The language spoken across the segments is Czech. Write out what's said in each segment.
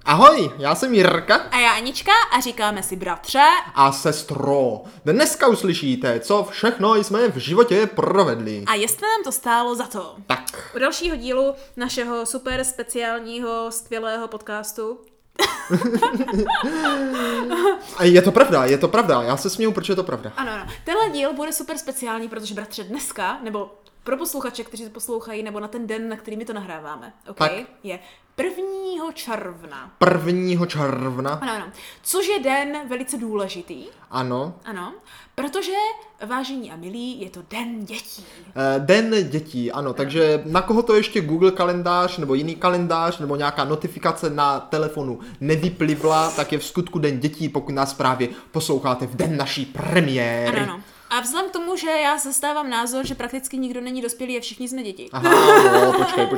Ahoj, já jsem Jirka. A já Anička a říkáme si bratře. A sestro. Dneska uslyšíte, co všechno jsme v životě provedli. A jestli nám to stálo za to. Tak. U dalšího dílu našeho super speciálního, skvělého podcastu. Je to pravda, já se směju, protože je to pravda. Ano. Tenhle díl bude super speciální, protože bratře dneska, nebo pro posluchače, kteří to poslouchají, nebo na ten den, na který my to nahráváme, okay? Tak. Je 1. června. 1. června. Ano. Což je den velice důležitý. Ano. Ano, protože, vážení a milí, je to den dětí. Den dětí, ano, takže na koho to ještě Google kalendář, nebo jiný kalendář, nebo nějaká notifikace na telefonu nevyplivla, tak je v skutku den dětí, pokud nás právě posloucháte v den naší premiéry. Ano. A vzhledem k tomu, že já zastávám názor, že prakticky nikdo není dospělý a všichni jsme děti. Aha, no,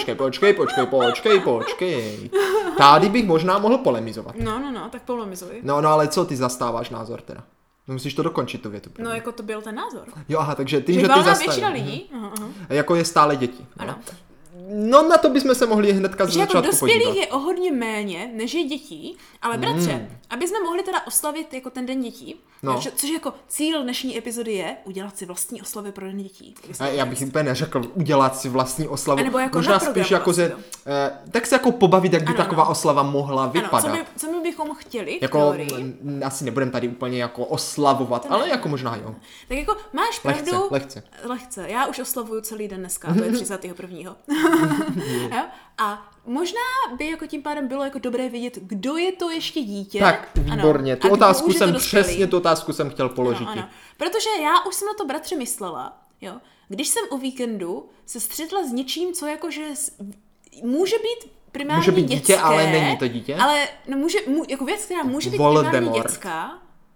počkej. Tady bych možná mohl polemizovat. No, tak polemizuj. No, ale co ty zastáváš názor teda? No, musíš to dokončit, tu větu. No, jako to byl ten názor. Jo, aha, takže tím, že ty valná zastáváš. většina lidí. Jako je stále děti. Ano. No, na to bychom se mohli hnedka ze Že jako začátku podívat. dospělých je o hodně méně, než je dětí, ale bratře, aby jsme mohli teda oslavit jako ten den dětí, No. což jako cíl dnešní epizody je udělat si vlastní oslavy pro den dětí. Já bych úplně neřekl udělat si vlastní oslavu. A nebo jako možná spíš jako tak se jako pobavit, jak by taková oslava mohla vypadat. Ano, co my bychom chtěli v jako teorii. asi nebudeme tady úplně jako oslavovat, ale jako možná jo. Tak jako máš pravdu. Lehce. Já už oslavuju celý den dneska, to je 31. Jo? A možná by jako tím pádem bylo jako dobré vidět, kdo je to ještě dítě. Tak, výborně. Ano. Tu otázku jsem chtěl položit. Ano. Protože já už jsem na to bratře myslela, jo. Když jsem o víkendu se střetla s něčím, co jakože může být primárně může být dětské, dítě, ale není to dítě. Ale no, jako věc, která může být Voldemort. primárně dětská.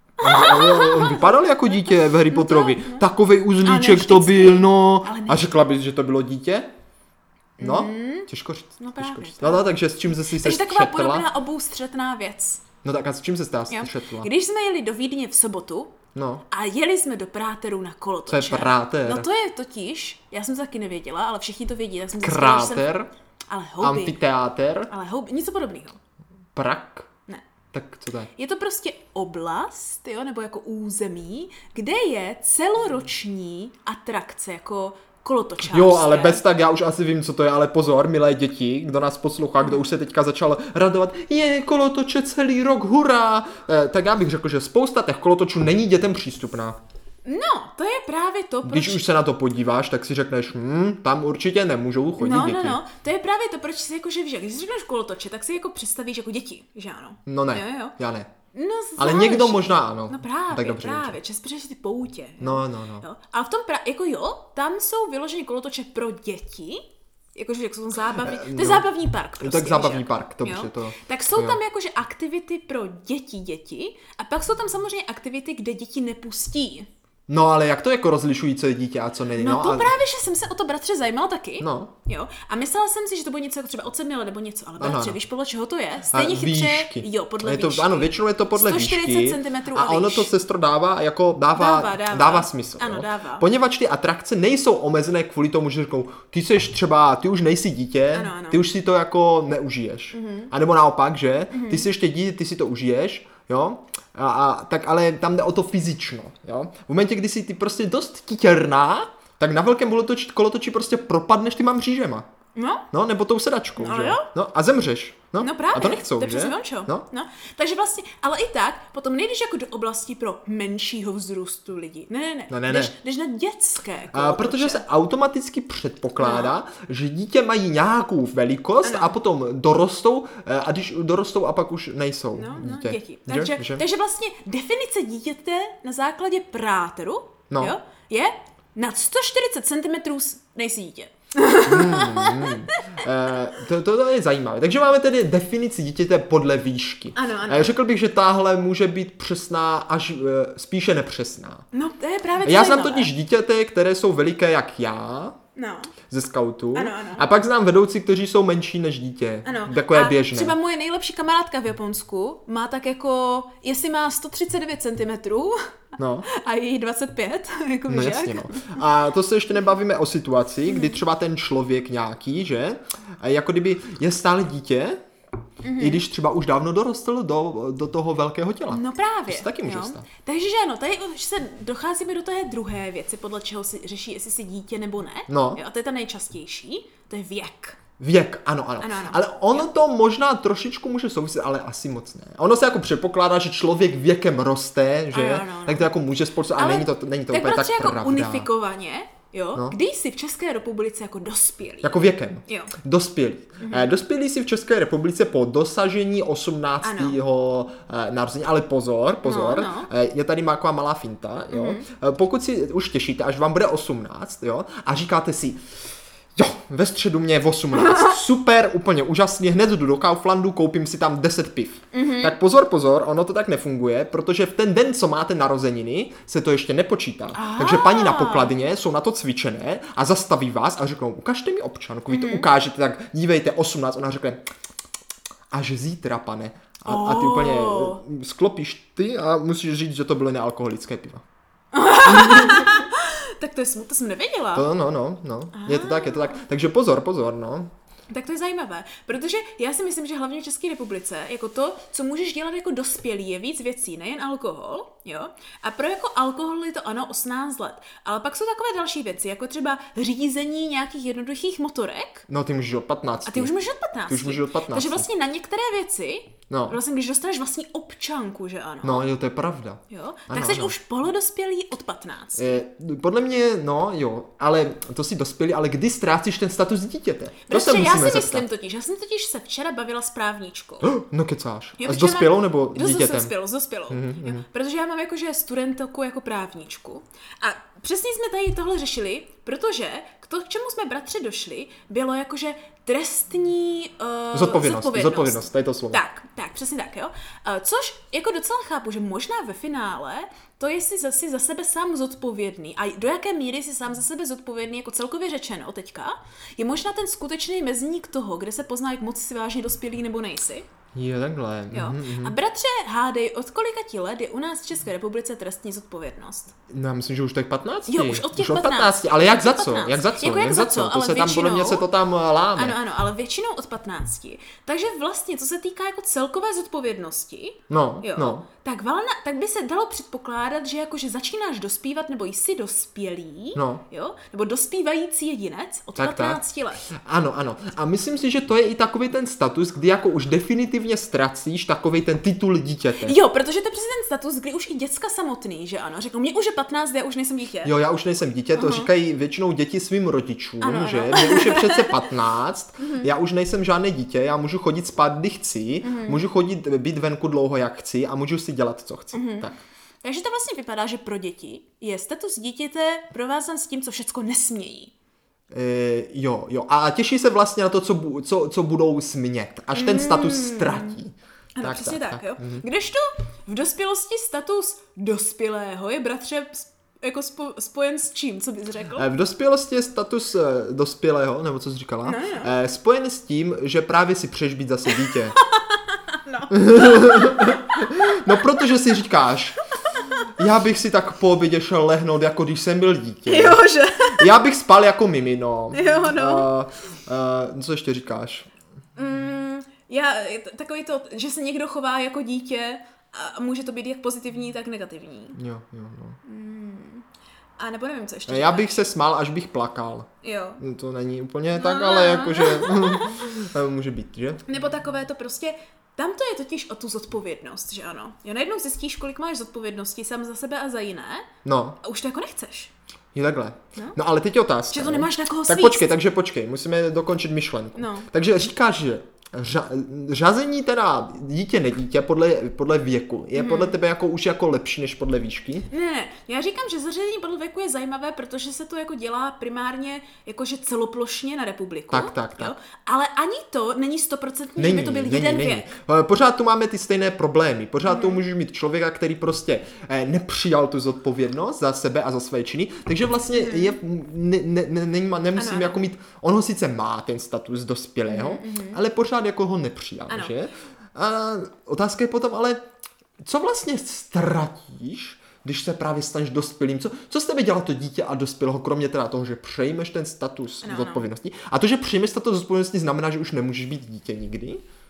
On vypadal jako dítě v Harry Potterovi. Takovej uzlíček to byl, no. A řekla bys, že to bylo dítě? No, těžko říct. No právě. No, takže s čím jsi se Takže taková podobná oboustřetná věc. No tak a s čím se střetla? Když jsme jeli do Vídně v sobotu a jeli jsme do Práteru na kolotoče. Co je Práter? No to je totiž, já jsem to taky nevěděla, ale všichni to vědí. Tak jsem Kráter? Ale houby. Amfiteátr? Ale houby, něco podobného. Prak? Ne. Tak co to je? Je to prostě oblast, jo, nebo jako území, kde je celoroční atrakce, jako kolotočářské. Jo, ale bez tak já už asi vím, co to je, ale pozor, milé děti, kdo nás poslouchá, kdo už se teďka začal radovat, je kolotoče celý rok, hurá! Tak já bych řekl, že spousta těch kolotočů není dětem přístupná. No, to je právě to, proč... Když už se na to podíváš, tak si řekneš, tam určitě nemůžou chodit děti. No, to je právě to, proč si jako, že když si řekneš kolotoče, tak si jako představíš jako děti, že ano? No ne, jo. já ne. No, ale někdo možná ano. No právě, tak dobře, protože ty poutě. No. Jo? A v tom tam jsou vyloženě kolotoče pro děti, jakože jak jsou zábavní, to je zábavní park prostě. Tak zábavní park, dobře to. Tak jsou tam jakože aktivity pro děti a pak jsou tam samozřejmě aktivity, kde děti nepustí. No ale jak to jako rozlišují, co je dítě a co není? No to právě, že jsem se o to bratře zajímala taky. No. Jo. A myslela jsem si, že to bude něco jako třeba od 7 let nebo něco, ale bratře, víš podle čeho to je? Stejně chytře. Jo, podle výšky. Ano, většinou je to podle 140 výšky. cm a ono to sestro dává smysl. Ano, no? dává. Poněvadž ty atrakce nejsou omezené kvůli tomu, že řeknou, ty už nejsi dítě, ano. ty už si to jako neužiješ. A nebo naopak, že? Ty jsi ještě dítě, ty si to užiješ, jo? Tak ale tam jde o to fyzično, jo? V momentě, kdy jsi ty prostě dost titěrná, tak na velkém kolotoči prostě propadneš těma mřížema. No, nebo tou sedačkou, že? Jo? No, a zemřeš. No právě. A to nechcou, to že? No. Takže vlastně, ale i tak, potom nejdeš jako do oblasti pro menšího vzrůstu lidí. Ne. Jdeš na dětské kolotoče. Protože se automaticky předpokládá, že dítě mají nějakou velikost a potom dorostou a když dorostou a pak už nejsou děti. Takže vlastně definice dítěte na základě Práteru jo, je nad 140 cm nejsi dítě. To je zajímavé. Takže máme tedy definici dítěte podle výšky. Ano. Řekl bych, že tahle může být přesná až spíše nepřesná. No, to je právě já znám totiž dítěte, které jsou veliké jak já. No. Ze skautů. Ano. A pak znám vedoucí, kteří jsou menší než dítě. Ano. Takové běžné. Třeba moje nejlepší kamarádka v Japonsku má tak jako, jestli má 139 cm a jí 25, jako no jasně, no. A to se ještě nebavíme o situaci, kdy třeba ten člověk nějaký, že, jako kdyby je stále dítě, I když třeba už dávno dorostl do toho velkého těla. No právě. To taky může stát. Takže že ano, tady už se docházíme do té druhé věci, podle čeho si řeší, jestli si dítě nebo ne. No. Jo, a to je ta nejčastější, to je věk. Věk, ano. Ale ono to možná trošičku může souviset, ale asi moc ne. Ono se jako předpokládá, že člověk věkem roste, že? Ano. Tak to jako může společně, ale není to úplně tak jako pravda. unifikovaně, jo? No. Kdy jsi v České republice jako dospělý? Jako věkem. Jo. Dospělý. Dospělý jsi v České republice po dosažení 18. narození, ale pozor, No. Je tady taková malá finta, jo? Pokud si už těšíte, až vám bude 18, jo? A říkáte si, jo, ve středu mě je 18, super, úplně úžasně, hned jdu do Kauflandu, koupím si tam 10 piv. Tak pozor, ono to tak nefunguje, protože v ten den, co máte narozeniny, se to ještě nepočítá. Takže paní na pokladně jsou na to cvičené a zastaví vás a řeknou, ukažte mi občanku, vy to ukážete, tak dívejte, 18, ona řekne, až zítra, pane. A ty úplně sklopíš ty a musíš říct, že to byly nealkoholické piva. Tak to je smutné, to jsem nevěděla. No. Je to tak. Takže pozor, no. Tak to je zajímavé, protože já si myslím, že hlavně v České republice, jako to, co můžeš dělat jako dospělý, je víc věcí, nejen alkohol, jo? A pro jako alkohol je to ano, 18 let, ale pak jsou takové další věci, jako třeba řízení nějakých jednoduchých motorek. No, ty můžeš od 15. A ty už můžeš od 15. Takže vlastně na některé věci, vlastně když dostaneš vlastní občanku, že ano. No, jo, to je pravda. Jo? Tak jsi už polodospělý od 15. Podle mě, ale to si dospělý, ale kdy ztrácíš ten status dítěte? Já jsem totiž se včera bavila s právničkou. No kecáš. A s dospělou nebo dítětem? S dospělou. Jo, protože já mám jakože studentku jako právničku. A přesně jsme tady tohle řešili, protože to, k čemu jsme bratři došli, bylo jakože trestní zodpovědnost, to je to slovo. Tak, přesně tak, jo. Což jako docela chápu, že možná ve finále to je si za sebe sám zodpovědný a do jaké míry si sám za sebe zodpovědný, jako celkově řečeno teďka, je možná ten skutečný mezník toho, kde se pozná, jak moc si vážně dospělý nebo nejsi. Jo, takhle. Jo. A bratře, hádej, od kolika ti let je u nás v České republice trestní zodpovědnost? No, já myslím, že už tak 15. Jo, už od těch 15. Ale jak za co? Jak za co? To se tam podle mě se to tam láme. Ano, ale většinou od 15. Takže vlastně, co se týká jako celkové zodpovědnosti, tak by se dalo předpokládat, že jakože začínáš dospívat nebo jsi dospělý, jo? Nebo dospívající jedinec od 15 let. Ano. A myslím si, že to je i takový ten status, kdy jako už definitivně ztracíš takovej ten titul dítěte. Jo, protože to je přesně ten status, kdy už i děcka samotný, že ano, řeknou, mě už je 15, já už nejsem dítě. Jo, já už nejsem dítě, to říkají většinou děti svým rodičům, že? Mě už je přece 15, já už nejsem žádné dítě, já můžu chodit spát, kdy chci, můžu chodit, být venku dlouho, jak chci a můžu si dělat, co chci. Tak. Takže to vlastně vypadá, že pro děti je status dítěte provázan s tím, co všecko nesmějí. Jo. A těší se vlastně na to, co budou smět, až ten status ztratí. Ano, přesně tak, jo. Kdežto v dospělosti status dospělého je, bratře, jako spojen s čím, co bys řekl? V dospělosti je status dospělého, nebo co jsi říkala, spojen s tím, že právě si přeješ být zase dítě. No, protože si říkáš, já bych si tak po obědě šel lehnout, jako když jsem byl dítě. Jože. Já bych spal jako mimino. Jo, no. Co ještě říkáš? Takový to, že se někdo chová jako dítě a může to být jak pozitivní, tak negativní. Jo. A nebo nevím, co ještě Já bych se smál, až bych plakal. Jo. To není úplně tak, ale jakože může být, že? Nebo takové to prostě, tam to je totiž o tu zodpovědnost, že ano. Jo, najednou zjistíš, kolik máš zodpovědnosti sám za sebe a za jiné. No. A už to jako nechceš. Je takhle. No ale teď je otázka. Že to nemáš na koho svíst. Tak počkej, musíme dokončit myšlenku. No. Takže říkáš, že řazení teda dítě nedítě podle věku je podle tebe jako už jako lepší než podle výšky? Ne, já říkám, že zařazení podle věku je zajímavé, protože se to jako dělá primárně jakože celoplošně na republiku. Tak. Jo? Ale ani to není 100%, že by to byl jeden věk. Pořád tu máme ty stejné problémy. Pořád tu můžeš mít člověka, který prostě nepřijal tu zodpovědnost za sebe a za své činy, takže vlastně nemusím jako mít, on ho sice má ten status dospělého, ale pořád jako ho nepřijal, že? A otázka je potom, ale co vlastně ztratíš, když se právě staneš dospělým? Co z tebe dělá to dítě a dospělého, kromě teda toho, že přejmeš ten status zodpovědnosti? A to, že přejmeš status zodpovědnosti, znamená, že už nemůžeš být dítě nikdy?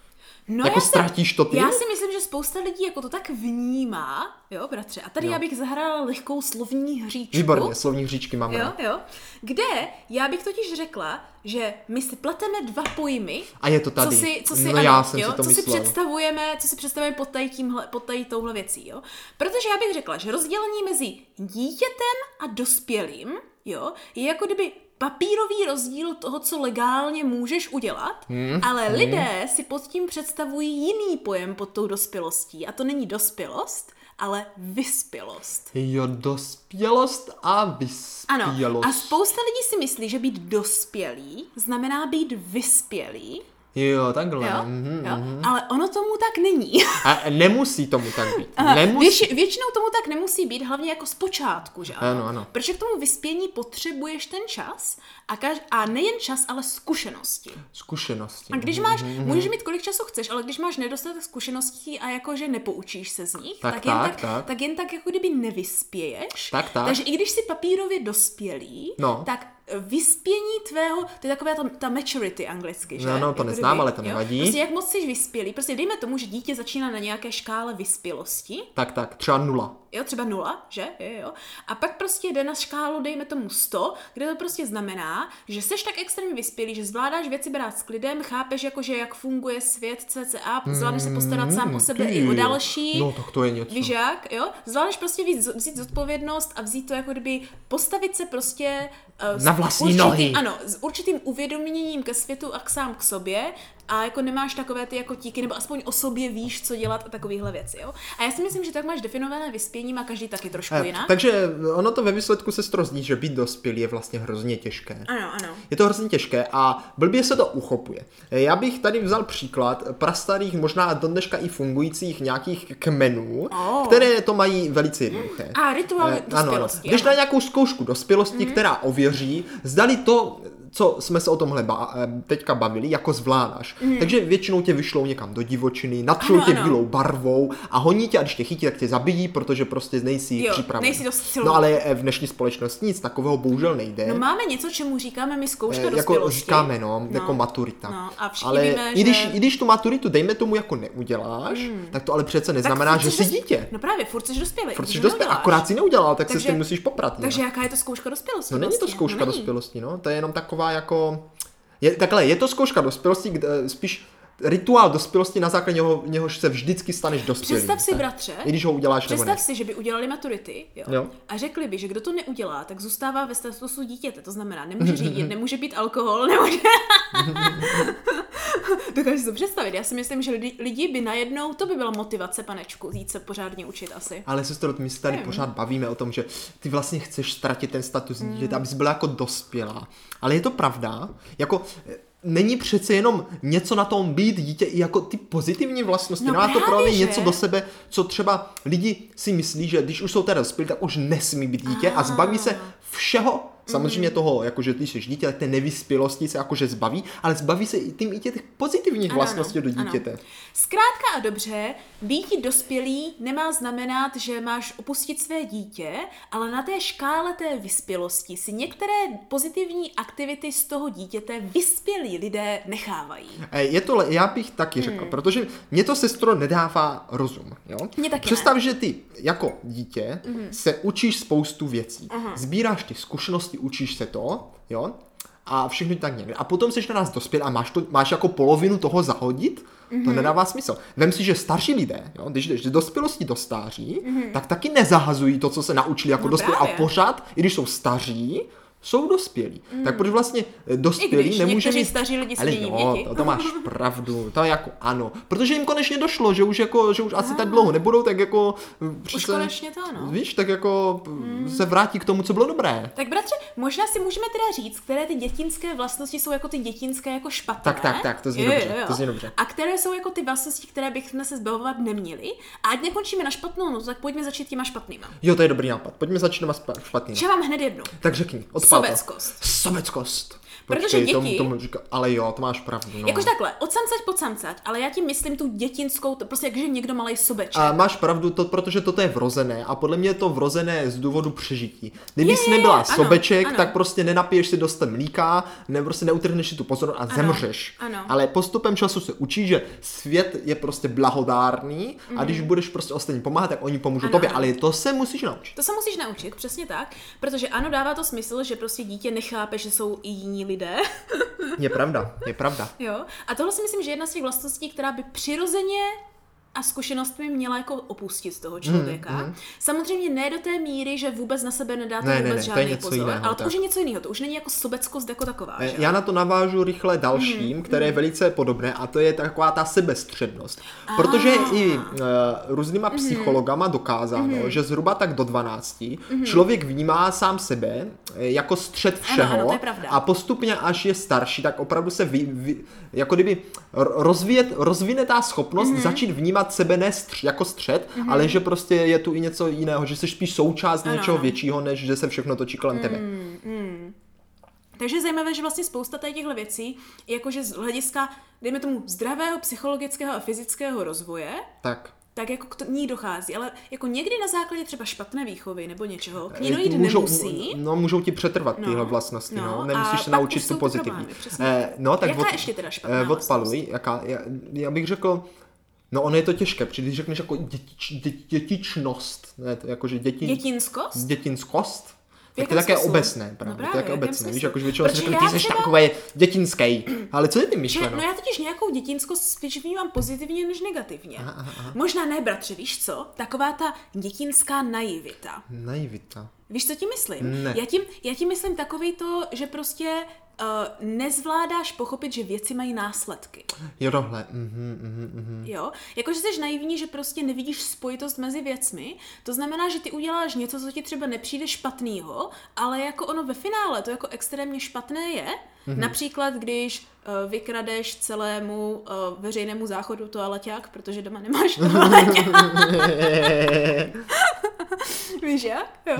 No jako ztratíš to ty? Já si myslím, že spousta lidí jako to tak vnímá, jo, bratře. A tady já bych zahrála lehkou slovní hříčku. Výborně, slovní hříčky mám rád. Jo. Kde já bych totiž řekla, že my si pleteme dva pojmy. A je to tady. Já jsem si to myslel. Co si představujeme pod tady touhle věcí, jo. Protože já bych řekla, že rozdělení mezi dítětem a dospělým, jo, je jako kdyby papírový rozdíl toho, co legálně můžeš udělat, ale lidé si pod tím představují jiný pojem pod tou dospělostí. A to není dospělost, ale vyspělost. Jo, dospělost a vyspělost. Ano, a spousta lidí si myslí, že být dospělý znamená být vyspělý. Jo, takhle. Jo? Ale ono tomu tak není. A nemusí tomu tak být. Většinou tomu tak nemusí být, hlavně jako zpočátku, že ano. Protože k tomu vyspění potřebuješ ten čas a nejen čas, ale zkušenosti. A když máš, můžeš mít kolik času chceš, ale když máš nedostatek zkušeností a jakože nepoučíš se z nich, tak jen tak jako kdyby nevyspěješ. Tak. Takže i když jsi papírově dospělý, tak vyspění tvého, to je taková ta maturity anglicky, že? No, to neznám, ale to nevadí. Prostě jak moc jsi vyspělý, prostě dejme tomu, že dítě začíná na nějaké škále vyspělosti. Tak, třeba 0. Jo, třeba 0, že? Jo. A pak prostě jde na škálu, dejme tomu 100, kde to prostě znamená, že seš tak extrémně vyspělý, že zvládáš věci brát s klidem, chápeš jakože jak funguje svět cca, zvládneš se postarat sám o sebe i o další. No, tak to je něco. Víš jak, jo? Zvládneš prostě vzít zodpovědnost a vzít to jako kdyby postavit se prostě na vlastní nohy. Ano, s určitým uvědoměním ke světu a sám k sobě a jako nemáš takové ty jako tíky, nebo aspoň o sobě víš, co dělat a takovéhle věci, jo. A já si myslím, že tak máš definované vyspění, má každý taky trošku jinak. Takže ono to ve výsledku se zní, že být dospělý je vlastně hrozně těžké. Ano. Je to hrozně těžké a blbě se to uchopuje. Já bych tady vzal příklad prastarých, možná do dneška i fungujících nějakých kmenů, které to mají velice jednoduché. A rituál dospělosti. Ano. Když na nějakou zkoušku dospělosti, která ověří, zdali to, co jsme se o tomhle teďka bavili, jako zvládáš. Takže většinou tě vyšlou někam do divočiny, natřou tě bílou barvou a honí tě a když tě chytí, tak tě zabijí, protože prostě nejsi připravený. Nejsi dost silný. No ale v dnešní společnosti nic takového bohužel nejde. No máme něco, čemu říkáme my zkouška dospělosti. Jako říkáme, jako maturita. No, a ale víme, i když tu maturitu, dejme tomu, jako neuděláš, tak to ale přece neznamená, že jsi dítě. No právě, furt jsi dospělý. Akorát si neudělal, tak se s tím musíš poprat. Takže jaká je to zkouška dospělosti? No není to zkouška dospělosti, no. To je jenom taková jako... Je to zkouška dospělosti, spíš rituál dospělosti, na základě něhož se vždycky staneš dospělým. Představ si, bratře, i když ho uděláš nebo ne. Představ si, že by udělali maturity, jo? A řekli by, že kdo to neudělá, tak zůstává ve statusu dítěte. To znamená, nemůže řídit, nemůže pít alkohol, nemůže... Dokážeš si to představit. Já si myslím, že lidi by najednou, to by byla motivace, panečku, jít se pořádně učit asi. Ale sestro, my se tady pořád bavíme o tom, že ty vlastně chceš ztratit ten status dítěte, abys byla jako dospělá. Ale je to pravda? Jako... Není přece jenom něco na tom být dítě i jako ty pozitivní vlastnosti. Má to právě něco do sebe, co třeba lidi si myslí, že když už jsou teda dospělí, tak už nesmí být dítě a zbaví se všeho. Samozřejmě toho, jakože ty jsi dítě, tak té nevyspělosti se jakože zbaví, ale zbaví se i těch pozitivních vlastností do dítěte. Ano. Zkrátka a dobře, být dospělý nemá znamenat, že máš opustit své dítě, ale na té škále té vyspělosti si některé pozitivní aktivity z toho dítěte vyspělí lidé nechávají. Já bych taky řekl, protože mě to, sestro, nedává rozum. Jo? Představ, že ty jako dítě se učíš spoustu věcí. Sbíráš ty zkušenosti, učíš se to, jo, a všechno tak někde. A potom seš na nás dospěl a máš jako polovinu toho zahodit, to nedává smysl. Vem si, že starší lidé, jo, když jdeš z dospělosti do stáří, tak taky nezahazují to, co se naučili jako dospělí a pořád, i když jsou staří, jsou dospělí. Tak proč vlastně dospělí nemůže mít... staří lidi ale jo, to máš pravdu, to jako ano. Protože jim konečně došlo, že už asi tak dlouho nebudou, tak jako... Už konečně to ano. Víš, tak jako se vrátí k tomu, co bylo dobré. Tak bratře, možná si můžeme teda říct, které ty dětinské vlastnosti jsou jako ty dětinské jako špatné. Tak, to zní dobře. To zní dobře. A které jsou jako ty vlastnosti, které bychom se zbavovat neměli. A ať nekončíme na špatnou, no tak pojďme začít těma špatnýma. Jo, to je dobrý nápad. Pojďme začít těma špatnýma. Já mám hned jednu. Tak řekni, odpad. Sobeckost. Protože děti... Tomu říká, ale jo, to máš pravdu. No. Jakož takhle, od samcať po samcať, ale já tím myslím tu dětinskou, prostě jakože někdo malej sobeček. A máš pravdu, protože toto je vrozené a podle mě je to vrozené z důvodu přežití. Kdybys nebyla sobeček, tak prostě nenapiješ si dost mlíka, prostě neutrhneš si tu pozornost a zemřeš. Ano. Ale postupem času se učí, že svět je prostě blahodárný a když budeš prostě ostatní pomáhat, tak oni pomůžou tobě, ale to se musíš naučit. To se musíš naučit, přesně tak, protože ano, dává to smysl, že prostě dítě nechápe, že jsou i jiní lidé. Je pravda. Jo, a tohle si myslím, že je jedna z těch vlastností, která by přirozeně a zkušenostmi měla jako opustit toho člověka. Samozřejmě ne do té míry, že vůbec na sebe nedáte vůbec žádný pozor, jiného, ale to už je něco jiného, to už není jako sobeckost jako taková. Že? Já na to navážu rychle dalším, které je velice podobné a to je taková ta sebestřednost. Protože i různýma psychologama dokázáno, že zhruba tak do 12 člověk vnímá sám sebe jako střed všeho ano, to je pravda. A postupně až je starší, tak opravdu se jako kdyby rozvine ta schopnost začít vnímat sebe ne jako střed, ale že prostě je tu i něco jiného, že jsi spíš součást něčeho většího, než že se všechno točí kolem tebe. Takže je zajímavé, že vlastně spousta těchto věcí, jakože z hlediska, dejme tomu, zdravého psychologického a fyzického rozvoje, tak jako k ní dochází, ale jako někdy na základě třeba špatné výchovy nebo něčeho, k ní dojít nemusí. Můžou ti přetrvat tyhle vlastnosti, nemusíš se naučit tu pozitivní. Tak jaká ještě teda špatná odpaluj, já bych řekl, no ono je to těžké, protože když řekneš jako dětičnost, ne, jakože dětinskost, tak to je také obecné, pravda? To je také obecné, víš, jakože většinou si řekne, ty jsi takové dětinský, ale co je tím myšleno? No já totiž nějakou dětinskost spíš vnímám pozitivně než negativně. Možná ne, bratře, víš co? Taková ta dětinská naivita. Víš, co tím myslím? Ne. Já tím myslím takový to, že prostě nezvládáš pochopit, že věci mají následky. Jo, tohle. Jo, jakože jsi naivní, že prostě nevidíš spojitost mezi věcmi, to znamená, že ty uděláš něco, co ti třeba nepřijde špatnýho, ale jako ono ve finále to jako extrémně špatné je. Například, když vykradeš celému veřejnému záchodu toaleťák, protože doma nemáš toaleťák. Víš jak? Jo.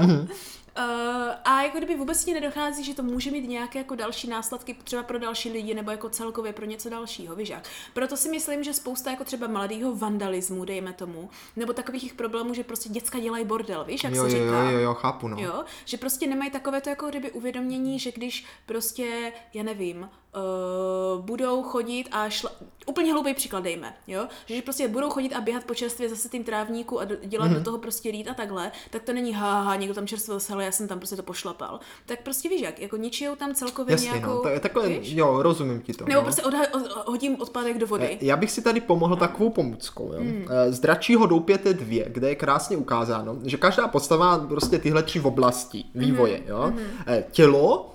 A jako kdyby vůbec ti nedochází, že to může mít nějaké jako další následky třeba pro další lidi nebo jako celkově pro něco dalšího, víš jak? Proto si myslím, že spousta jako třeba mladého vandalismu, dejme tomu, nebo takových problémů, že prostě děcka dělají bordel, víš, jak se říká. Jo, chápu, no. Jo, že prostě nemají takové to jako kdyby uvědomění, že když prostě, já nevím, budou chodit a úplně hloupý příklad dejme, jo, že prostě budou chodit a běhat po čerstvě zase tím trávníku a dělat do toho prostě lít a takhle, tak to není někdo tam čerstvě zase, já jsem tam prostě to pošlapal. Tak prostě víš jak, jako ničijou tam celkově jasně, nějakou... No, to je takové, víš? Jo, rozumím ti to. Nebo prostě hodím odpadek do vody. Já bych si tady pomohl takovou pomůckou, jo. Z dračího doupěte 2, kde je krásně ukázáno, že každá postava má prostě tyhle 3 oblasti vývoje, jo. Tělo,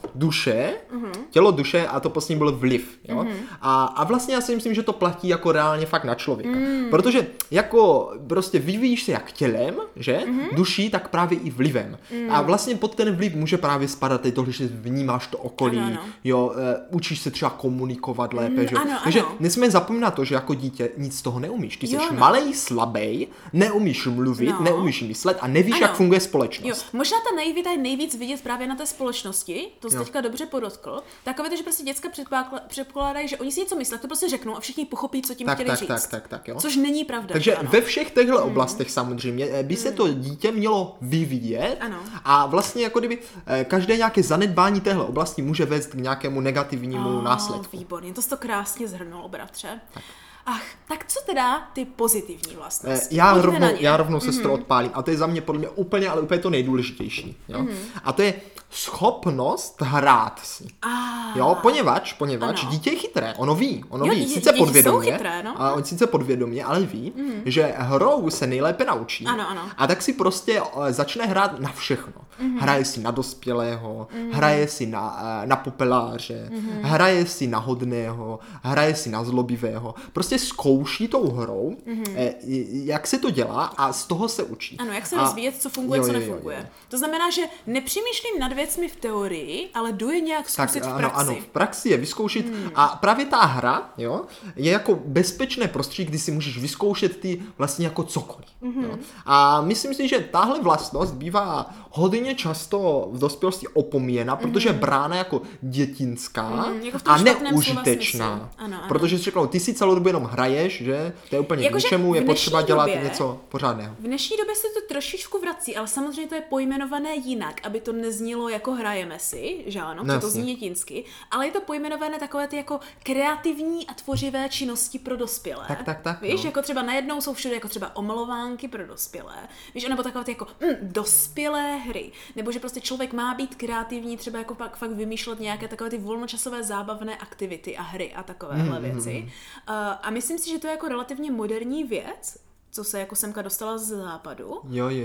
duše a to prostě byl vliv, jo. A vlastně já si myslím, že to platí jako reálně fakt na člověka. Protože jako prostě vyvíjíš se jak tělem, že? Duší, tak právě i vlivem. A vlastně pod ten vliv může právě spadat i to, že vnímáš to okolí, ano. Jo, učíš se třeba komunikovat lépe, že? Takže nesmíme zapomínat to, že jako dítě nic z toho neumíš. Ty jsi malej, slabej, neumíš mluvit, neumíš myslet a nevíš, jak funguje společnost. Jo. Možná ta naivita je nejvíc vidět právě na té společnosti, to jsi teďka dobře podotkl. Takové to, že prostě děcka předpokládají, že oni si něco myslí, to prostě řeknou a všichni pochopí, co tím chtěli říct. Tak, jo. Což není pravda. Takže ve všech těchto oblastech samozřejmě by se to dítě mělo vyvíjet a vlastně jako kdyby každé nějaké zanedbání téhle oblasti může vést k nějakému negativnímu následku. Výborně, to jsi to krásně shrnul, bratře. Tak co teda ty pozitivní vlastnosti? Já rovnou sestro odpálím a to je za mě podle mě úplně to nejdůležitější. Jo? A to je schopnost hrát si. Jo, poněvadž dítě je chytré, ono ví, sice podvědomě, chytré, no? a on sice podvědomě, ale ví, že hrou se nejlépe naučí. Ano. A tak si prostě začne hrát na všechno. Hraje si na dospělého, hraje si na popeláře, hraje si na hodného, hraje si na zlobivého. Prostě zkouší tou hrou, jak se to dělá a z toho se učí. Ano, jak se rozvíjet, co funguje, co nefunguje. Jo. To znamená, že nepřemýšlím nad věcmi v teorii, ale jdu je nějak zkusit v praxi. Ano, v praxi je vyzkoušet a právě ta hra, jo, je jako bezpečné prostředí, kdy si můžeš vyzkoušet ty vlastně jako cokoliv. Jo. A myslím si, že tahle vlastnost bývá hodně hodně často v dospělosti opomíjena, protože je brána jako dětinská jako a neužitečná. Ano. Protože si řeknou, ty si celou dobu jenom hraješ, že to je úplně k ničemu, je potřeba dělat něco pořádného. V dnešní době se to trošičku vrací, ale samozřejmě to je pojmenované jinak, aby to neznělo jako hrajeme si, že ano, no, to zní dětinsky, ale je to pojmenované takové ty jako kreativní a tvořivé činnosti pro dospělé. Tak. Víš, jako třeba najednou jsou všude jako třeba omalovánky pro dospělé. Víš, nebo takové ty jako dospělé hry, nebo že prostě člověk má být kreativní, třeba jako fakt vymýšlet nějaké takové ty volnočasové zábavné aktivity a hry a takovéhle věci. A myslím si, že to je jako relativně moderní věc, co se jako semka dostala z západu.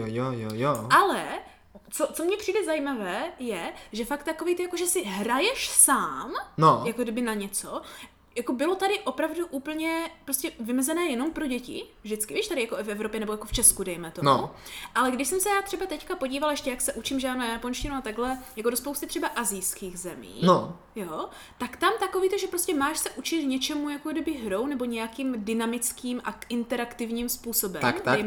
Jo. Ale co mně přijde zajímavé je, že fakt takový ty jako, že si hraješ sám, jako kdyby na něco, jako bylo tady opravdu úplně prostě vymezené jenom pro děti, vždycky, víš, tady jako v Evropě nebo jako v Česku, dejme tomu. Ale když jsem se já třeba teďka podívala ještě, jak se učím že na japonštinu a takhle, jako do spousty třeba asijských zemí, jo, tak tam takový to, že prostě máš se učit něčemu jako kdyby hrou nebo nějakým dynamickým a interaktivním způsobem,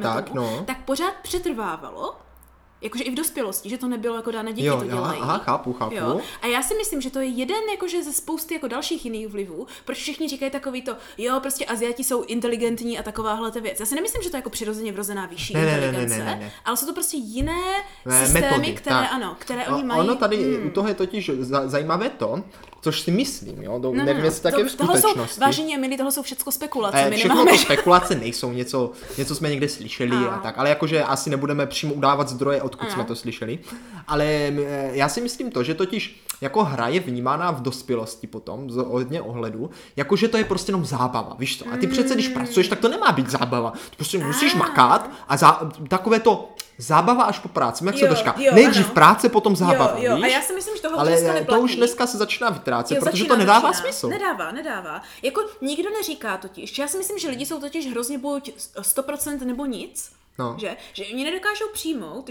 tak pořád přetrvávalo. Jakože i v dospělosti, že to nebylo jako dáne děti to dělají. Chápu. Jo? A já si myslím, že to je jeden jakože ze spousty jako dalších jiných vlivů, proč všichni říkají takový to, jo, prostě Asiati jsou inteligentní a takováhle věc. Já si nemyslím, že to je jako přirozeně vrozená vyšší inteligence, ne. Ale jsou to prostě jiné systémy, metody, které oni mají. Ono tady u toho je totiž zajímavé to, což si myslím, jo, nevím, jestli tak je v skutečnosti. Vážení a milí, tohle jsou všechno spekulace. Všechno to spekulace nejsou, něco jsme někde slyšeli a tak, ale jakože asi nebudeme přímo udávat zdroje, odkud jsme to slyšeli. Ale já si myslím to, že totiž jako hra je vnímána v dospělosti potom, z hodně ohledu, jakože to je prostě jenom zábava, víš to. A ty přece, když pracuješ, tak to nemá být zábava. Ty prostě musíš makat a takové to zábava až po práci. Jak se to říká? Nejdřív práce, potom zábava, víš? A já si myslím, že tohle ale neplatí. To už dneska se začíná vytrácet, protože to nedává smysl. Nedává. Jako nikdo neříká totiž. Já si myslím, že lidi jsou totiž hrozně buď 100% nebo nic. Že oni nedokážou přijmout,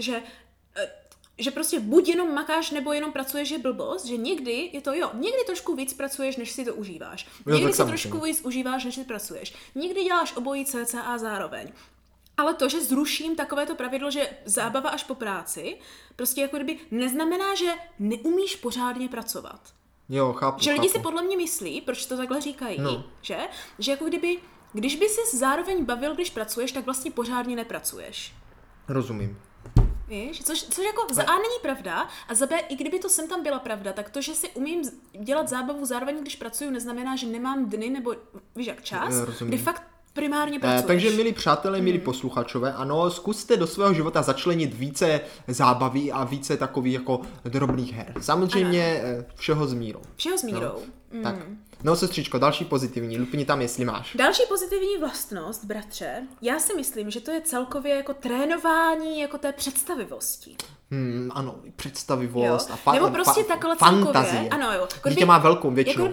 že prostě buď jenom makáš, nebo jenom pracuješ je blbost, že někdy je to někdy trošku víc pracuješ, než si to užíváš. Někdy si trošku víc užíváš, než si pracuješ. Někdy děláš obojí cca zároveň. Ale to, že zruším takovéto pravidlo, že zábava až po práci, prostě jako kdyby neznamená, že neumíš pořádně pracovat. Jo, chápu. Že lidi si podle mě myslí, proč to takhle říkají, že jako kdyby, když by si zároveň bavil, když pracuješ, tak vlastně pořádně nepracuješ. Rozumím. Víš, což jako za A není pravda a za B, i kdyby to sem tam byla pravda, tak to, že si umím dělat zábavu zároveň, když pracuju, neznamená, že nemám dny nebo víš jak čas, kdy fakt primárně pracuješ. Takže milí přátelé, milí posluchačové, ano, zkuste do svého života začlenit více zábavy a více takových jako drobných her. Samozřejmě všeho s mírou. Všeho s mírou. Tak. No sestřičko, další pozitivní, lupni tam, jestli máš. Další pozitivní vlastnost, bratře, já si myslím, že to je celkově jako trénování jako té představivosti. Ano, představivost a nebo prostě takhle fantazie. Ano, jo. Dítě má velkou většinu.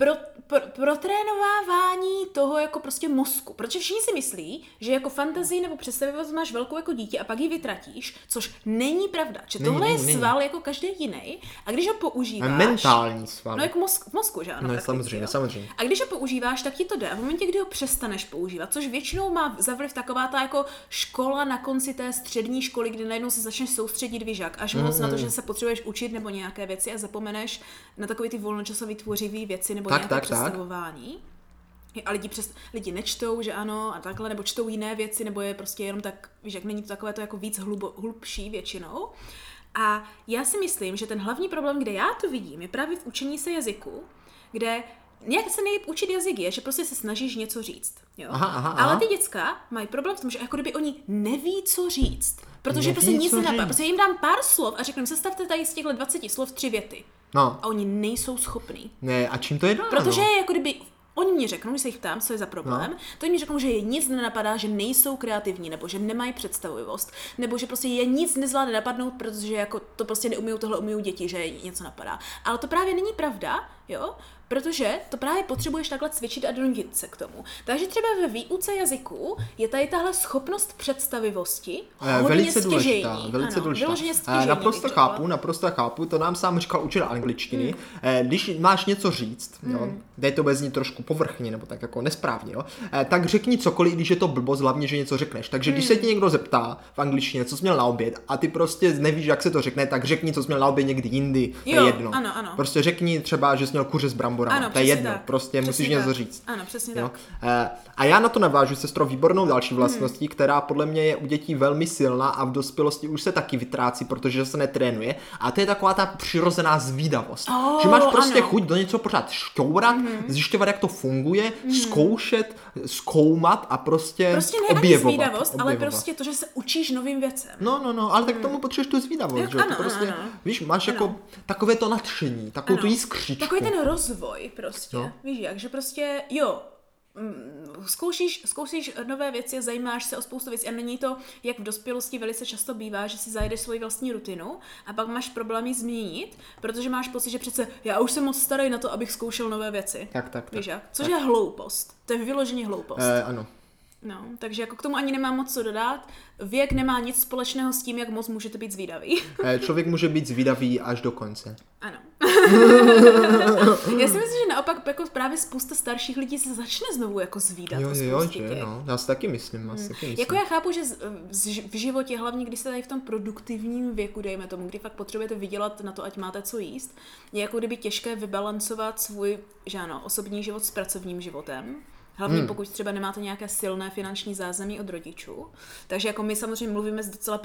Protrénovávání toho jako prostě mozku. Protože všichni si myslí, že jako fantazii nebo představivost máš velkou jako dítě a pak ji vytratíš, což není pravda. Že tohle je sval jako každý jiný a když ho používáš... Mentální sval. No jako v mozku, že ano? No samozřejmě. A když ho používáš, tak ti to jde. A v momentě, kdy ho přestaneš používat, což většinou má za vliv taková ta jako škola na konci té střední školy, kdy najednou se začneš soustředit vyžak, až moc na to, že se potřebuješ učit nebo nějaké věci a zapomeneš na takové ty volnočasové tvořivé věci nebo nějaké představování. A lidi nečtou, že ano, a takhle, nebo čtou jiné věci, nebo je prostě jenom tak, víš, jak není to takové to jako víc hlubší většinou. A já si myslím, že ten hlavní problém, kde já to vidím, je právě v učení se jazyku, kde nějak se nejlíp učit jazyk je, že prostě se snažíš něco říct. Jo? Aha. Ale ty děcka mají problém v tom, že jako kdyby oni neví, co říct. Protože prostě nic nenapadá. Prostě jim dám pár slov a řeknu, sestavte tady z těchto 20 slov 3 věty. No. A oni nejsou schopní. Ne, a čím to je dáno? Protože jako kdyby oni mě řeknou, když se jich ptám, co je za problém, to oni řeknou, že je nic nenapadá, že nejsou kreativní, nebo že nemají představivost, nebo že prostě je nic nezvládne napadnout, protože jako to prostě neumíjí, tohle umíjí děti, že něco napadá. Ale to právě není pravda, jo? protože to právě potřebuješ takhle cvičit a donutit se k tomu. Takže třeba ve výuce jazyku je tady tahle schopnost představivosti hodně velice stěžejní. důležitá, velice důležitá. Vyloženě stěžejní, Naprosto chápu, to nám sám říkal učitel angličtiny. Když máš něco říct, jo, dej to bez ní trošku povrchně, nebo tak jako nesprávně, jo, tak řekni cokoliv, když je to blbost, hlavně, že něco řekneš. Takže když se ti někdo zeptá v angličtině, co jsi měl na oběd, a ty prostě nevíš, jak se to řekne, tak řekni, co jsi měl na oběd někdy jindy, to je jedno. Ano. Prostě řekni třeba, že jsi měl kuře s bramborama, to je jedno, tak. prostě Přesně musíš tak. něco říct. Ano, přesně jo? tak. A já na to navážu, sestro, výbornou další vlastností, která podle mě je u dětí velmi silná a v dospělosti už se taky vytrácí, protože se netrénuje. A to je taková ta přirozená zvídavost. Že máš prostě chuť do něco pořád šťourat, zjišťovat, jak to funguje, zkoušet, zkoumat a prostě objevovat. Zvídavost, ale prostě to, že se učíš novým věcem. No, ale tak tomu potřebuješ tu zvídavost, že? Ano, prostě, ano. víš, máš jako takové to nadšení, takovou tu jiskřičku. Takový ten rozvoj prostě, víš jak, že prostě zkoušíš nové věci, zajímáš se o spoustu věcí a není to, jak v dospělosti velice často bývá, že si zajedeš svoji vlastní rutinu a pak máš problémy změnit, protože máš pocit, že přece já už jsem moc starý na to, abych zkoušel nové věci. Tak. Víš jak? Což je hloupost. To je vyloženě hloupost. Ano. No, takže jako k tomu ani nemám moc co dodat. Věk nemá nic společného s tím, jak moc můžete být zvídavý. Člověk může být zvídavý až do konce. Ano. Já si myslím, že naopak jako právě spousta starších lidí se začne znovu jako zvídat. Jo, že no. Já si taky myslím. Jako já chápu, že v životě, hlavně když jste tady v tom produktivním věku, dejme tomu, kdy fakt potřebujete vydělat na to, ať máte co jíst, je jako kdyby těžké vybalancovat svůj, osobní život s pracovním životem. Hlavně pokud třeba nemáte nějaké silné finanční zázemí od rodičů. Takže jako my samozřejmě mluvíme z docela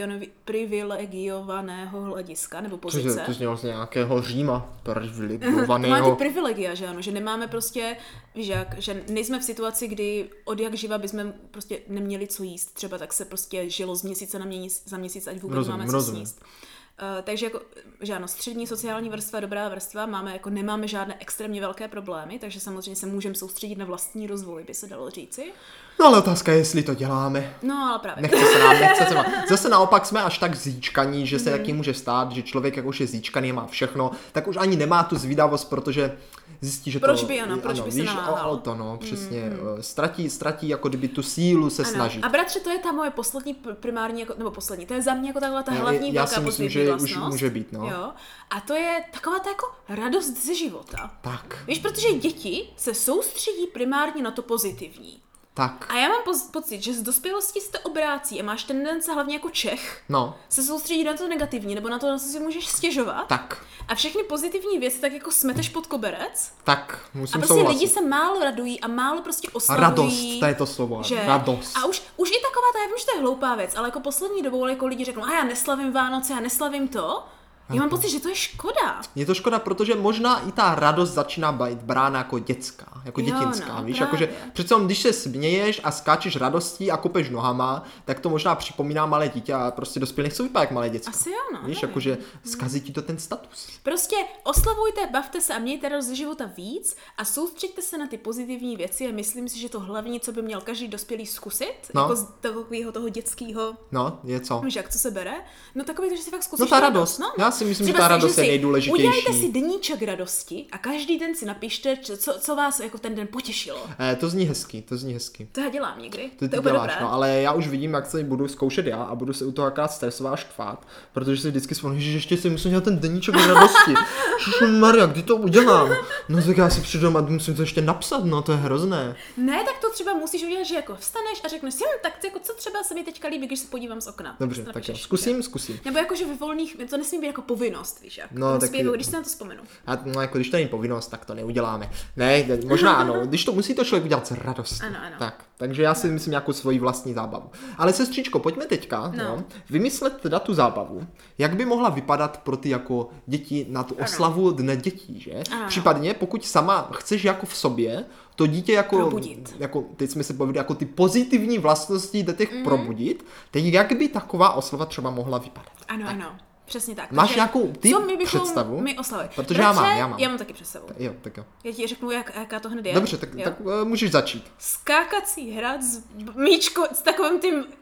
privilegovaného hlediska nebo pozice. To znělo z nějakého Říma. Privilegovaného. Máte privilegia, že ano, že nemáme prostě, víš jak, že nejsme v situaci, kdy od jak živa bychom prostě neměli co jíst. Třeba tak se prostě žilo z měsíce za měsíc, ať vůbec máme co sníst. Takže jako, že ano, střední sociální vrstva, dobrá vrstva, nemáme žádné extrémně velké problémy, takže samozřejmě se můžeme soustředit na vlastní rozvoj, by se dalo říci. No ale otázka je, jestli to děláme. No ale právě. Nechce se nám. Zase naopak jsme až tak zíčkaní, že se taky může stát, že člověk, jak už je zíčkaný, má všechno, tak už ani nemá tu zvídavost, protože zjistí, že proč to... Proč by se namáhal. To přesně. Ztratí jako kdyby tu sílu se snažit. A bratře, to je ta moje poslední primární, to je za mě jako takhle ta hlavní velká pozitivní vlastnost. Už může být, no. Jo. A to je taková ta jako radost ze života. Tak. Víš, protože děti se soustředí primárně na to pozitivní. Tak. A já mám pocit, že z dospělosti se to obrácí a máš tendence hlavně jako Čech se soustředit na to negativní, nebo na to, na co si můžeš stěžovat. Tak. A všechny pozitivní věci tak jako smeteš pod koberec. Tak, musím souhlasit. A prostě souhlasit. lidi se málo radují a málo prostě oslavují. Radost, to je to slovo. Že? Radost. A už i taková, já vím, že to je hloupá věc, ale jako poslední dobou jako lidi řeknou, já neslavím Vánoce, já neslavím to. Já mám pocit, že to je škoda. Je to škoda, protože možná i ta radost začíná být brána jako dětská, jako dětinská, víš, jakože přece když se směješ a skáčeš radostí a kopeš nohama, tak to možná připomíná malé dítě a prostě dospělý nechcou vypadat jak malé děcko. Asi jo, víš, jakože zkazí ti to ten status. Prostě oslavujte, bavte se a mějte radost ze života víc a soustřeďte se na ty pozitivní věci a myslím si, že to hlavní, co by měl každý dospělý zkusit, jako z takového toho dětského. No, je co? Víš, jak co se bere? No takový, že si fakt zkusíš. No ta radost. Já si myslím, že ta radost je nejdůležitější. Udělejte si deníček radosti a každý den si napište, co vás jako ten den potěšilo. To zní hezky. To já dělám někdy. To ty děláš, no, ale já už vidím, jak se budu zkoušet já a budu se u toho akorát stresovat a štvát, protože si vždycky vzpomínám, že ještě si musím dělat ten deníček radosti. Maria, kdy to udělám? No tak já si přijdu doma a musím to ještě napsat, no to je hrozné. Ne, tak to třeba musíš udělat, že jako vstaneš a řekneš si, tak jako co třeba se mi teďka líbí, když se podívám z okna. Dobře, tak jo, zkusím. Nebo jakože ve volných, to nesmí být jako povinnost, víš jak. No, tak jako, když se na to vzpomenu. No jako když to není povinnost, tak to neuděláme. Ne, možná ano, když to musí to člověk udělat s radostí. Ano. Tak, takže já si myslím nějakou svoji vlastní zábavu. Ale sestřičko, pojďme teďka vymyslet teda tu zábavu, jak by mohla vypadat pro ty jako děti na tu oslavu Dne dětí, že? Případně, pokud sama chceš jako v sobě to dítě jako teď jsme se povedli, jako ty pozitivní vlastnosti jdete probudit, teď jak by taková oslava třeba mohla vypadat? Ano. Přesně tak. Máš Takže nějakou ty co my bychom představu? my oslavili? Protože já mám. Já mám taky představu. Jo, tak jo. Já ti řeknu, jaká to hned je. Dobře, tak můžeš začít. Skákací hrad s míčko, s takovým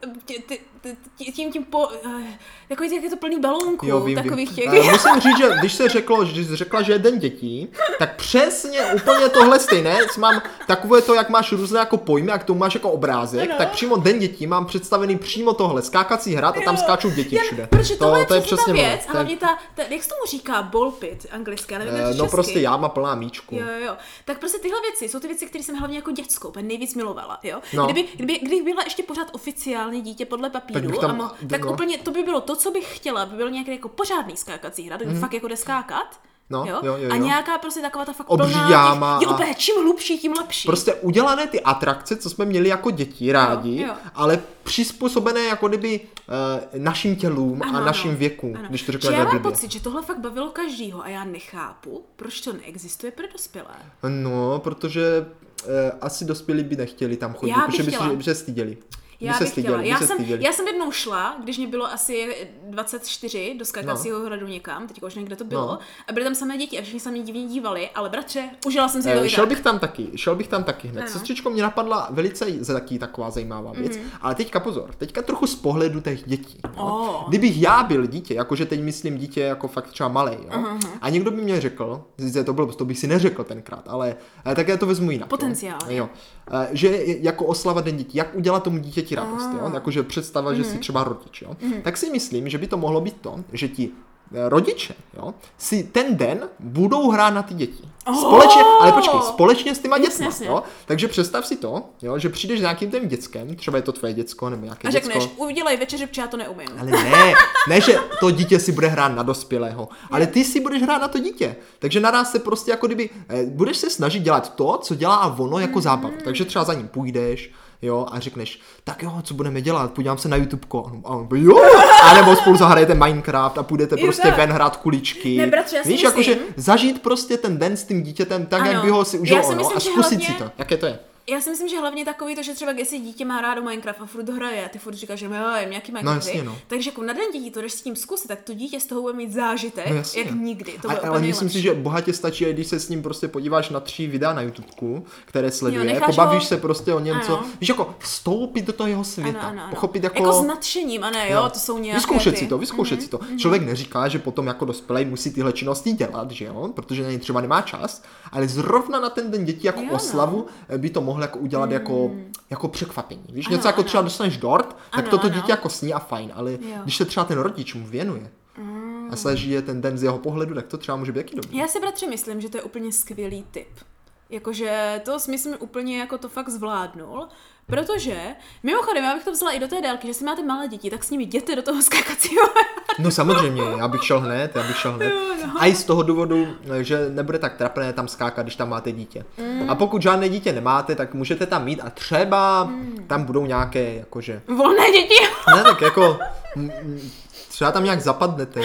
tím takový jak je to plný balónků, jo, vím. těch. Musím říct, že když jsi řekla, že je den dětí, tak přesně úplně tohle stejné. Mám takové to, jak máš různé jako pojmy, jak to máš jako obrázek, tak přímo den dětí mám představený přímo tohle, skákací hrad a tam skáčou děti všude. Protože tohle je přesně ta věc, a hlavně jak se tomu říká ball pit anglicky, ale nevím, no prostě jáma plná míčku. Jo. Tak prostě tyhle věci jsou ty věci, které jsem hlavně jako dětskou nejvíc milovala, jo. No. Kdybych byla ještě pořád oficiálně dítě podle papíru, tak úplně to by bylo to, co bych chtěla, by byl nějaký jako pořádný skákací hrad, kde fakt jako jde skákat. Jo. A nějaká prostě taková ta fakt plná jáma. Jo, úplně čím hlubší, tím lepší. Prostě udělané ty atrakce, co jsme měli jako děti rádi, jo. ale přizpůsobené jako kdyby našim tělům a našim věkům, když to řeknu. Já mám pocit, že tohle fakt bavilo každýho a já nechápu, proč to neexistuje pro dospělé. No, protože asi dospělí by nechtěli tam chodit, protože by se styděli. Já bych chtěla. Já jsem jednou šla, když mě bylo asi 24 do skákacího hradu někam, teď už někde to bylo, a byly tam samé děti a všichni se mě divně dívali, ale bratře, užila jsem si to. Šel bych tam taky hned. Sestřičko, mě napadla velice taková zajímavá věc, ale teďka pozor, trochu z pohledu těch dětí. Kdybych já byl dítě, jakože teď myslím dítě jako fakt třeba malej, a někdo by mě řekl, to bych si neřekl tenkrát, ale tak já to vezmu jinak. Potenciálně. Jo. Že jako oslava den dětí, jak udělat tomu dítěti radost, jo? Jakože představa, že si třeba rodič, jo? Tak si myslím, že by to mohlo být to, že ti rodiče, jo, si ten den budou hrát na ty děti. Společně s těma dětma, jo? Takže představ si to, jo, že přijdeš s nějakým tím dětskem, třeba je to tvoje děcko nebo nějaké děcko. A řekneš, udělej večeři, protože já to neumím. Ale ne, že to dítě si bude hrát na dospělého, ale ty si budeš hrát na to dítě. Takže naraz se prostě jako kdyby, budeš se snažit dělat to, co dělá ono jako zábavu. Takže třeba za ním půjdeš, jo, a řekneš, tak jo, co budeme dělat, podívám se na YouTubeko, a nebo spolu zahrajete Minecraft a půjdete prostě ven hrát kuličky. Víš, jakože zažít prostě ten den s tím dítětem tak, jak by ho si užil ono a zkusit si to, jaké to je. Já si myslím, že hlavně takový to, že třeba když si dítě má rádo Minecraft a furt hraje a ty furt říkáš, že je nějaký Minecraft. Takže jako na den dětí to jdeš s tím zkusit, tak to dítě z toho bude mít zážitek, jak nikdy. To bude ale myslím si, že bohatě stačí, když se s ním prostě podíváš na 3 videa na YouTubeku, které sleduje, pobavíš se prostě o něm, co, víš, jako vstoupit do toho jeho světa, pochopit jako s nadšením, a ne, to jsou nějaké vyzkoušet si to. Člověk neříká, že potom jako dospělý musí tyhle činnosti dělat, že jo, protože na ně třeba nemá čas, ale zrovna na ten den dětí jako oslavu by to mohl jako udělat jako překvapení. Víš, něco jako třeba dostaneš dort, tak toto dítě jako sní a fajn, ale když se třeba ten rodič mu věnuje a snaží je ten den z jeho pohledu, tak to třeba může být taky dobrý. Já si, bratře, myslím, že to je úplně skvělý tip. Jakože to si myslím úplně jako to fakt zvládnul, protože mimochodem, já bych to vzala i do té délky, že si máte malé děti, tak s nimi jděte do toho skákacího. No samozřejmě, já bych šel hned. A i z toho důvodu, že nebude tak trapné tam skákat, když tam máte dítě. A pokud žádné dítě nemáte, tak můžete tam mít a třeba tam budou nějaké, jakože... Volné děti? Ne, tak jako... Třeba tam nějak zapadnete,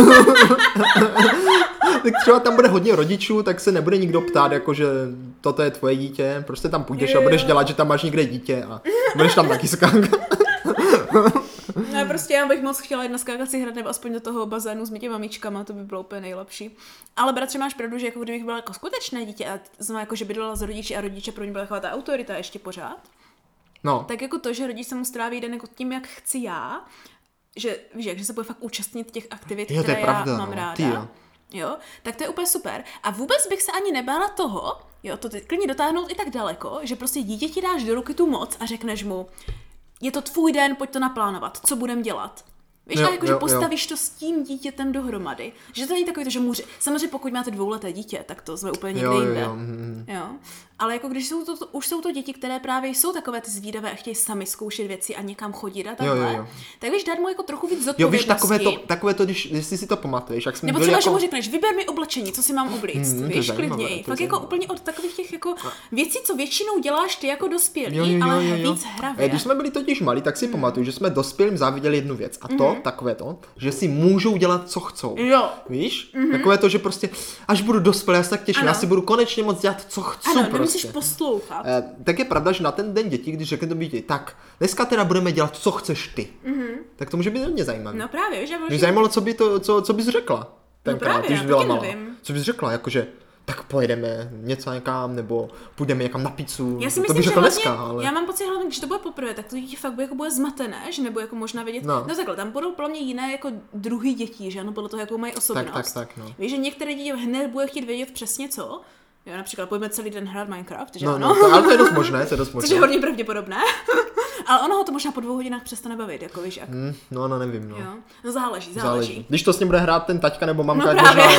tak třeba tam bude hodně rodičů, tak se nebude nikdo ptát, jakože toto je tvoje dítě, prostě tam půjdeš a budeš dělat, že tam máš někde dítě a budeš tam taky skákat. No prostě já bych moc chtěla jít na skákací hrad nebo aspoň do toho bazénu s těma míčkama, to by bylo úplně nejlepší. Ale bratře, máš pravdu, že jako kdybych byla jako skutečné dítě a znamená jako, že bydlela s rodiči a rodiče pro ně byla taková ta autorita ještě pořád, tak jako to, že rodič se mu stráví den jako tím, jak chci já, že víš, že se bude fakt účastnit těch aktivit, které já mám ráda. Jo, tak to je úplně super. A vůbec bych se ani nebála toho, jo, to ty klidně dotáhnout i tak daleko, že prostě dítěti dáš do ruky tu moc a řekneš mu, je to tvůj den, pojď to naplánovat, co budem dělat. Víš, že postavíš to s tím dítětem dohromady. Že to není takový to, že může... Samozřejmě pokud máte 2leté dítě, tak to jsme úplně někde jinde. Jo. Ale jako když už jsou to děti, které právě jsou takové ty zvídavé a chtějí sami zkoušet věci a někam chodit a takhle, tak víš, dát mu jako trochu víc zodpovědnosti. Jo, víš, takové to, jestli si to pamatuješ, jak jsme nebo byli třeba, jako... že mu řekneš, vyber mi oblečení, co si mám oblíct, víš, klidněji. Fakt jako úplně od takových těch jako věcí, co většinou děláš ty jako dospělí, ale víc hravě. Když jsme byli totiž malí, tak si pamatuju, že jsme dospělým záviděli jednu věc a to, takové to, že si můžou dělat, co chcou. Jo. Víš? Takové to, že prostě, až budu dospělý, já se tak těším, já si budu konečně moc dělat, co chci prostě. Nemusíš poslouchat. Tak je pravda, že na ten den dětí, když řekne to dítě, tak dneska teda budeme dělat, co chceš ty. Tak to může být hodně zajímavé. No právě, že mě zajímalo, co bys řekla. Tenkrát, když byla malá. Co bys řekla, jakože tak pojedeme něco někam, nebo půjdeme někam na pizzu. Já si myslím, že dneska, ale... Já mám pocit hlavně, když to bude poprvé, tak to dítě fakt bude zmatené, že nebo jako možná vědět. No takhle, tam budou pro mě jiné jako druhý dětí, že ano, podle toho, jakou mají osobnost. Tak, no. Víš, že některé děti hned bude chtít vědět přesně co. Jo, například pojďme celý den hrát Minecraft, že ano. Ale to je dost možné, Což je hodně pravděpodobné. Ale ono ho to možná po 2 hodinách přestane bavit, jako víš jak. No nevím, no. Jo. No záleží. Když to s ním bude hrát ten taťka nebo mamka, no, jak možná,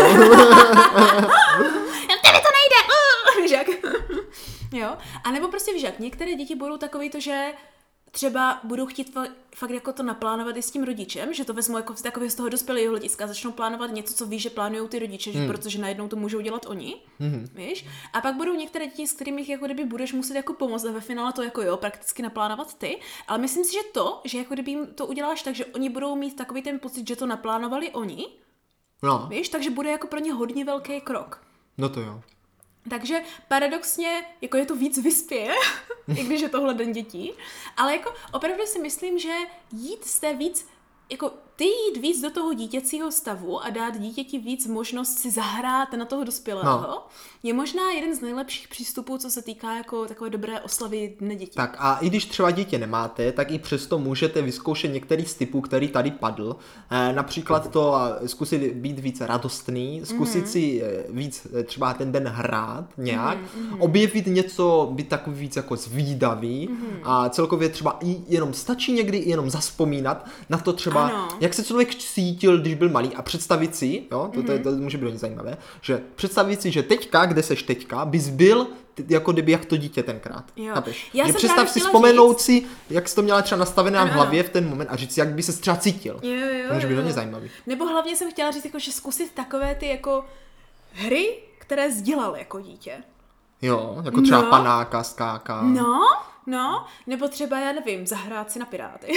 tebe to nejde! Víš jak? Jo. A nebo prostě víš jak, některé děti budou takový to, že třeba budou chtít fakt jako to naplánovat i s tím rodičem, že to vezmu jako z toho dospělého hlediska, začnou plánovat něco, co ví, že plánujou ty rodiče, protože najednou to můžou dělat oni, víš? A pak budou některé děti, s kterými jako kdyby budeš muset jako pomoct a ve finále to jako prakticky naplánovat ty, ale myslím si, že jako kdyby jim to uděláš tak, že oni budou mít takový ten pocit, že to naplánovali oni, víš? Takže bude jako pro ně hodně velký krok. No to jo. Takže paradoxně, jako je to víc vyspěje, i když je tohle den dětí, ale jako opravdu si myslím, že jít z té víc, jako ty jít víc do toho dítěcího stavu a dát dítěti víc možnost si zahrát na toho dospělého, je možná jeden z nejlepších přístupů, co se týká jako takové dobré oslavy Dne dětí. Tak a i když třeba dítě nemáte, tak i přesto můžete vyzkoušet některý z typů, který tady padl. Například to zkusit být víc radostný, zkusit si víc třeba ten den hrát nějak, objevit něco, být takový víc jako zvídavý a celkově třeba i jenom stačí někdy jenom zazpomínat na to třeba, jak se člověk cítil, když byl malý a představit si, jo, to může být hodně zajímavé, že představit si, že teďka, kde seš teďka, bys byl jako kdyby jak to dítě tenkrát. Že představ si vzpomenout si, jak jsi to měla třeba nastavené v hlavě v ten moment a říct si, jak by se třeba cítil. To může být hodně zajímavý. Nebo hlavně jsem chtěla říct, jako, že zkusit takové ty jako hry, které sdělal jako dítě. Jo, jako třeba panáka, skáka. No, nebo třeba, já nevím, zahrát si na Piráty.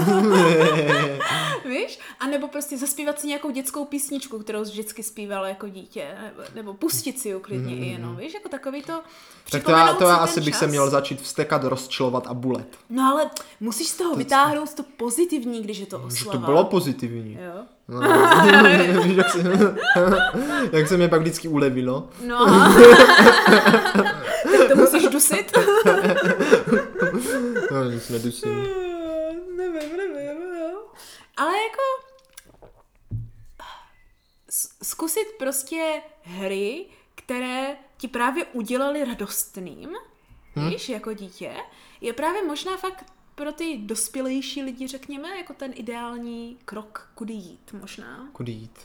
Víš? A nebo prostě zaspívat si nějakou dětskou písničku, kterou vždycky zpívala jako dítě. Nebo pustit si ji klidně i jenom, víš? Jako takový to... Tak to já asi bych se měl začít vstekat, rozčilovat a bulet. No ale musíš z toho vytáhnout to pozitivní, když je to oslava. Že to bylo pozitivní. Jo. No, jak se mě pak vždycky ulevilo. No. Tak to musíš dusit. No, nic nedusím. Nevím. Ale jako zkusit prostě hry, které ti právě udělali radostným, víš, jako dítě, je právě možná fakt pro ty dospělejší lidi, řekněme, jako ten ideální krok, kudy jít možná. Kudy jít.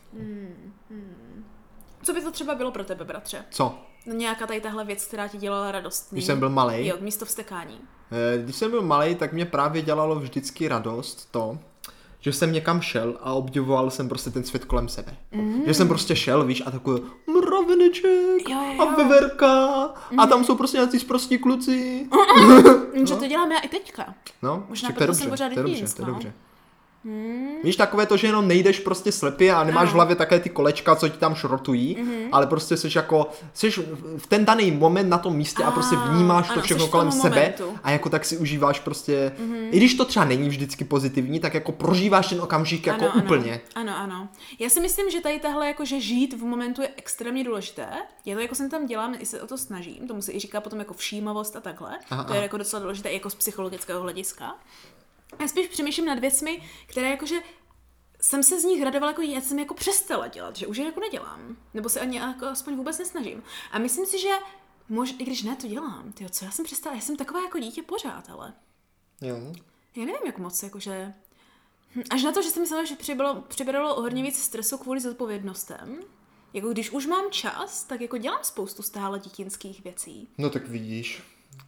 Co by to třeba bylo pro tebe, bratře? Co? No nějaká tady tahle věc, která ti dělala radostný. Když jsem byl malej? Jo, místo vztekání. Když jsem byl malej, tak mě právě dělalo vždycky radost to, že jsem někam šel a obdivoval jsem prostě ten svět kolem sebe. Že jsem prostě šel, víš, a takový mraveneček a veverka a tam jsou prostě nějací sprostí kluci. Že to dělám já i teďka. No, možná proto jsem pořád to je dobře. Víš, takové to, že jenom nejdeš prostě slepě a nemáš v hlavě také ty kolečka, co ti tam šrotují, ale prostě jsi v ten daný moment na tom místě a prostě vnímáš to všechno kolem sebe a jako tak si užíváš prostě, i když to třeba není vždycky pozitivní, tak jako prožíváš ten okamžik jako úplně. Ano. Já si myslím, že tady tahle jako, že žít v momentu je extrémně důležité. Já to jako jsem tam dělám, i se o to snažím, tomu se i říká potom jako všímavost a takhle. To je jako docela důležité jako z psychologického hlediska. Já spíš přemýšlím nad věcmi, které jakože jsem se z nich radovala, jako já jsem jako přestala dělat, že už je jako nedělám. Nebo se ani jako aspoň vůbec nesnažím. A myslím si, že i když ne, to dělám. Tyjo, co já jsem přestala? Já jsem taková jako dítě pořád, ale. Jo. Já nevím, jak moc, jakože. Až na to, že jsem myslela, že přibralo o hodně víc stresu kvůli zodpovědnostem. Jako když už mám čas, tak jako dělám spoustu stále dětinských věcí. No tak vidíš.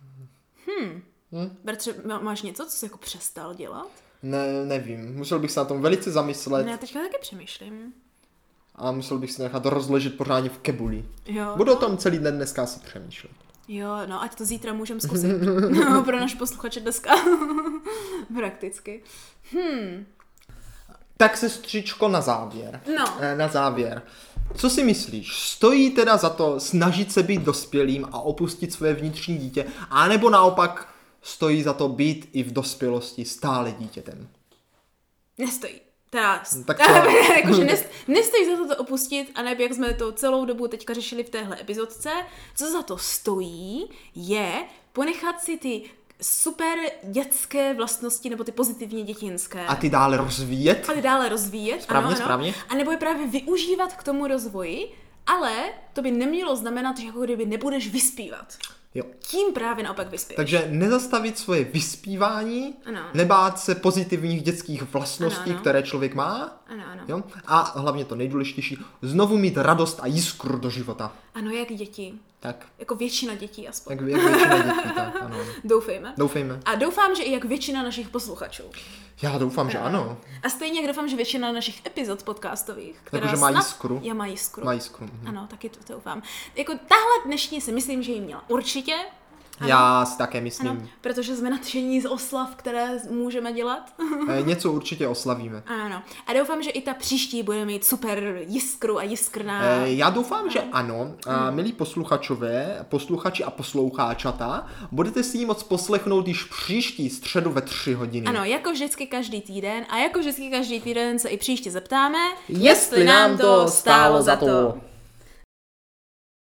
Bratře, máš něco, co jsi jako přestal dělat? Ne, nevím. Musel bych se na tom velice zamyslet. Ne, já teďka taky přemýšlím. A musel bych se nechat rozležet pořádně v kebuli. Jo, Budu o tom celý den dneska asi přemýšlet. Jo, no ať to zítra můžeme zkusit. Pro naš posluchače dneska. Prakticky. Tak sestřičko na závěr. No. Na závěr. Co si myslíš? Stojí teda za to snažit se být dospělým a opustit svoje vnitřní dítě? A nebo naopak stojí za to být i v dospělosti stále dítětem? Nestojí. Teda, tak co? jakože nestojí za to opustit, a nebo jak jsme to celou dobu teďka řešili v téhle epizodce, co za to stojí, je ponechat si ty super dětské vlastnosti, nebo ty pozitivně dětinské. A ty dále rozvíjet. Správně, ano. Správně. A nebo je právě využívat k tomu rozvoji, ale to by nemělo znamenat, že jako kdyby nebudeš vyspívat. Jo. Tím právě naopak vyspíváš. Takže nezastavit svoje vyspívání, nebát se pozitivních dětských vlastností, které člověk má. Ano. Jo? A hlavně to nejdůležitější, znovu mít radost a jiskru do života. Ano, jak děti. Tak. Jako většina dětí aspoň. Jak většina dětí, tak ano. Doufejme. A doufám, že i jak většina našich posluchačů. Já doufám, že ano. A stejně jak doufám, že většina našich epizod podcastových, která takže má jiskru. Já má jiskru. Má jiskru. Ano, taky to doufám. Jako tahle dnešní si myslím, že ji měla určitě. Ano. Já si také myslím. Ano, protože jsme nadšení z oslav, které můžeme dělat. Něco určitě oslavíme. Ano. A doufám, že i ta příští bude mít super jiskru a jiskrná. Já doufám, že ano. Milí posluchači a posloucháčata, budete si ji moc poslechnout již příští středu ve 3 hodiny. Ano, jako vždycky každý týden. A jako vždycky každý týden se i příště zeptáme, jestli nám to stálo za to.